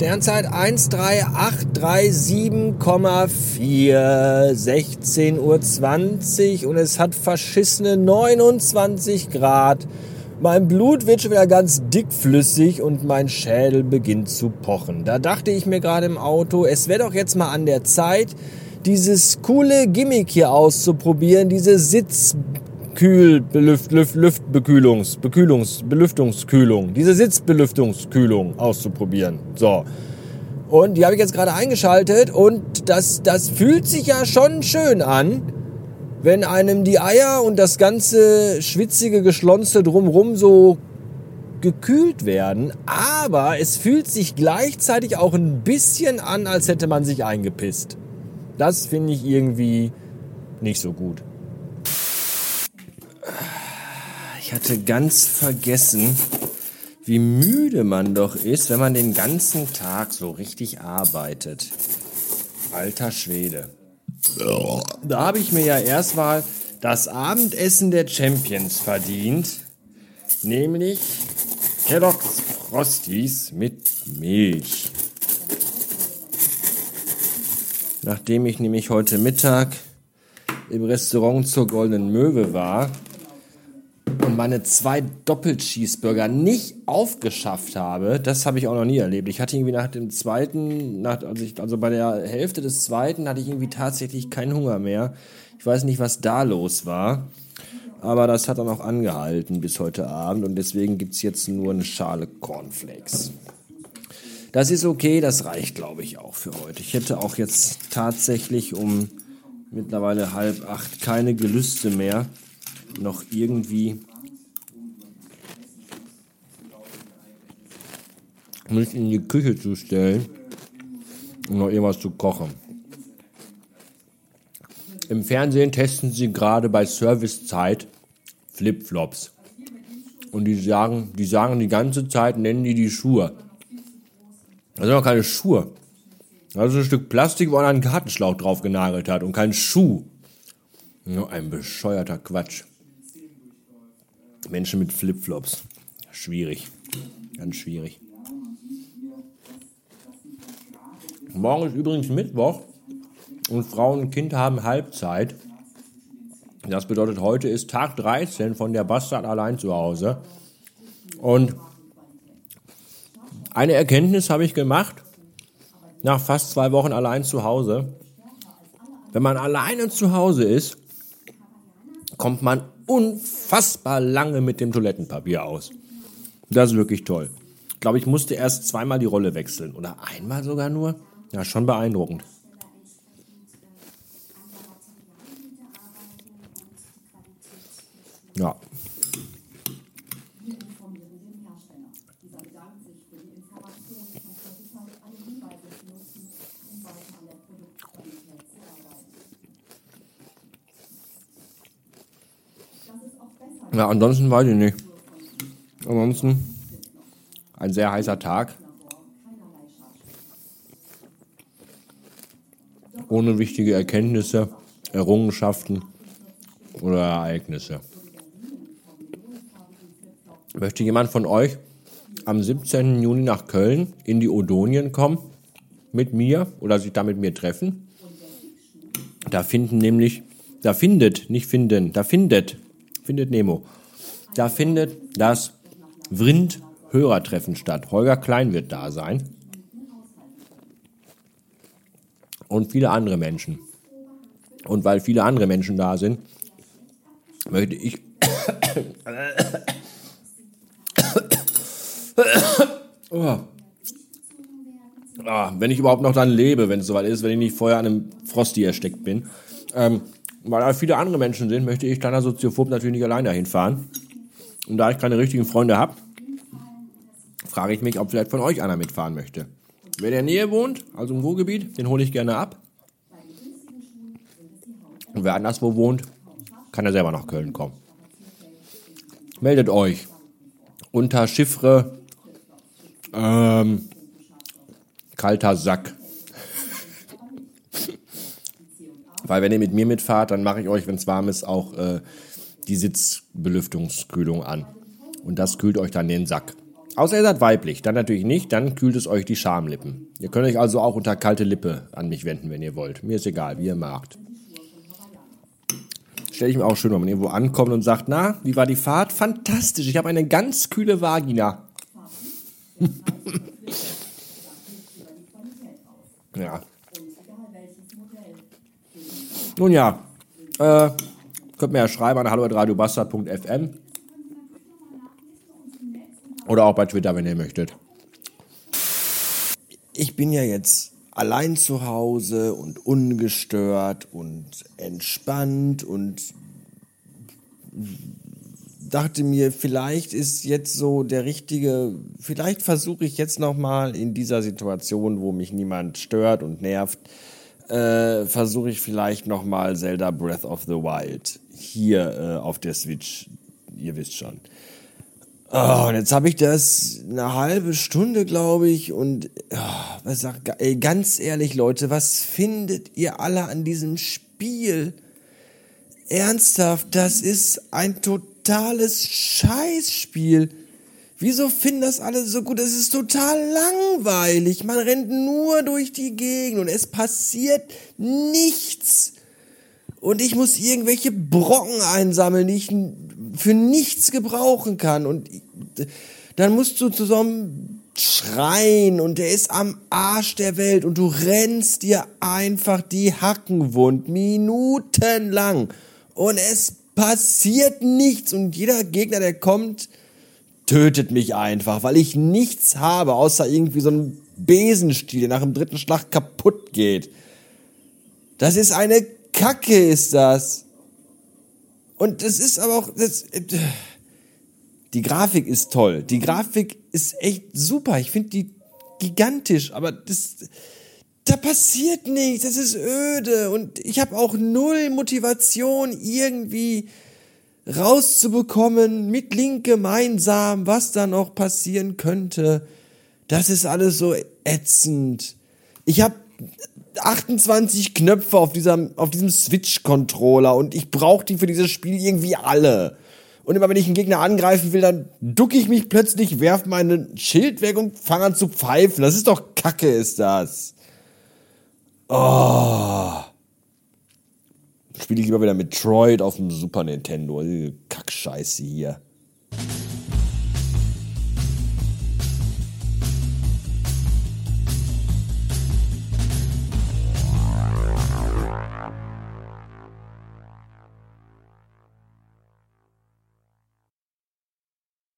Sternzeit 13837,4, 16:20 Uhr und es hat verschissene 29 Grad. Mein Blut wird schon wieder ganz dickflüssig und mein Schädel beginnt zu pochen. Da dachte ich mir gerade im Auto, es wäre doch jetzt mal an der Zeit, dieses coole Gimmick hier auszuprobieren, diese Belüftungskühlung, diese Sitzbelüftungskühlung auszuprobieren. So. Und die habe ich jetzt gerade eingeschaltet und das fühlt sich ja schon schön an, wenn einem die Eier und das ganze schwitzige Geschlonze drumrum so gekühlt werden. Aber es fühlt sich gleichzeitig auch ein bisschen an, als hätte man sich eingepisst. Das finde ich irgendwie nicht so gut. Ich hatte ganz vergessen, wie müde man doch ist, wenn man den ganzen Tag so richtig arbeitet. Alter Schwede. Da habe ich mir ja erstmal das Abendessen der Champions verdient, nämlich Kellogg's Frosties mit Milch. Nachdem ich nämlich heute Mittag im Restaurant zur Goldenen Möwe war und meine 2 Doppel-Cheeseburger nicht aufgeschafft habe, das habe ich auch noch nie erlebt. Ich hatte irgendwie also bei der Hälfte des zweiten hatte ich irgendwie tatsächlich keinen Hunger mehr. Ich weiß nicht, was da los war, aber das hat dann auch angehalten bis heute Abend und deswegen gibt es jetzt nur eine Schale Cornflakes. Das ist okay, das reicht, glaube ich, auch für heute. Ich hätte auch jetzt tatsächlich um mittlerweile 7:30 keine Gelüste mehr, noch irgendwie mich in die Küche zu stellen und noch irgendwas zu kochen. Im Fernsehen testen sie gerade bei Servicezeit Flipflops. Und die sagen die ganze Zeit, nennen die Schuhe. Das sind doch keine Schuhe. Das ist ein Stück Plastik, wo einer einen Gartenschlauch drauf genagelt hat und kein Schuh. Nur ein bescheuerter Quatsch. Menschen mit Flipflops. Schwierig. Ganz schwierig. Morgen ist übrigens Mittwoch und Frau und Kind haben Halbzeit. Das bedeutet, heute ist Tag 13 von der Bastard allein zu Hause. Und eine Erkenntnis habe ich gemacht, nach fast 2 Wochen allein zu Hause. Wenn man alleine zu Hause ist, kommt man unfassbar lange mit dem Toilettenpapier aus. Das ist wirklich toll. Ich glaube, ich musste erst 2-mal die Rolle wechseln. Oder einmal sogar nur. Ja, schon beeindruckend. Ja. Ja, ansonsten weiß ich nicht. Ansonsten ein sehr heißer Tag. Ohne wichtige Erkenntnisse, Errungenschaften oder Ereignisse. Möchte jemand von euch am 17. Juni nach Köln in die Odonien kommen mit mir oder sich da mit mir treffen? Findet Nemo. Da findet das Vrind-Hörertreffen statt. Holger Klein wird da sein. Und viele andere Menschen. Und weil viele andere Menschen da sind, möchte ich wenn ich überhaupt noch dann lebe, wenn es soweit ist, wenn ich nicht vorher an einem Frosty erstickt bin. Weil da viele andere Menschen sind, möchte ich, kleiner Soziophob, natürlich nicht allein dahin fahren. Und da ich keine richtigen Freunde habe, frage ich mich, ob vielleicht von euch einer mitfahren möchte. Wer in der Nähe wohnt, also im Ruhrgebiet, den hole ich gerne ab. Und wer anderswo wohnt, kann ja selber nach Köln kommen. Meldet euch unter Chiffre kalter Sack. Weil wenn ihr mit mir mitfahrt, dann mache ich euch, wenn es warm ist, auch die Sitzbelüftungskühlung an. Und das kühlt euch dann den Sack. Außer ihr seid weiblich, dann natürlich nicht, dann kühlt es euch die Schamlippen. Ihr könnt euch also auch unter kalte Lippe an mich wenden, wenn ihr wollt. Mir ist egal, wie ihr magt. Stelle ich mir auch schön, wenn man irgendwo ankommt und sagt, na, wie war die Fahrt? Fantastisch, ich habe eine ganz kühle Vagina. Ja. Nun ja, könnt mir ja schreiben an hallo@radiobastard.fm oder auch bei Twitter, wenn ihr möchtet. Ich bin ja jetzt allein zu Hause und ungestört und entspannt und dachte mir, vielleicht ist jetzt so der richtige, vielleicht versuche ich jetzt nochmal in dieser Situation, wo mich niemand stört und nervt, versuche ich vielleicht nochmal Zelda Breath of the Wild hier auf der Switch, ihr wisst schon. Oh, und jetzt habe ich das eine halbe Stunde, glaube ich, und ganz ehrlich, Leute, was findet ihr alle an diesem Spiel? Ernsthaft, das ist ein totales Scheißspiel. Wieso finden das alle so gut? Es ist total langweilig. Man rennt nur durch die Gegend und es passiert nichts. Und ich muss irgendwelche Brocken einsammeln, die ich für nichts gebrauchen kann. Und dann musst du zu so einem Schrein und der ist am Arsch der Welt und du rennst dir einfach die Hacken wund, minutenlang. Und es passiert nichts und jeder Gegner, der kommt, tötet mich einfach, weil ich nichts habe, außer irgendwie so einen Besenstiel, der nach dem 3. Schlag kaputt geht. Das ist eine Kacke, ist das. Und das ist aber auch, die Grafik ist toll. Die Grafik ist echt super. Ich finde die gigantisch, aber da passiert nichts. Das ist öde und ich habe auch null Motivation, irgendwie rauszubekommen, mit Link gemeinsam, was da noch passieren könnte. Das ist alles so ätzend. Ich habe 28 Knöpfe auf diesem Switch-Controller und ich brauche die für dieses Spiel irgendwie alle. Und immer wenn ich einen Gegner angreifen will, dann ducke ich mich plötzlich, werf mein Schild weg und fange an zu pfeifen. Das ist doch Kacke, ist das. Oh. Spiele ich lieber wieder Metroid auf dem Super Nintendo. Diese Kackscheiße hier.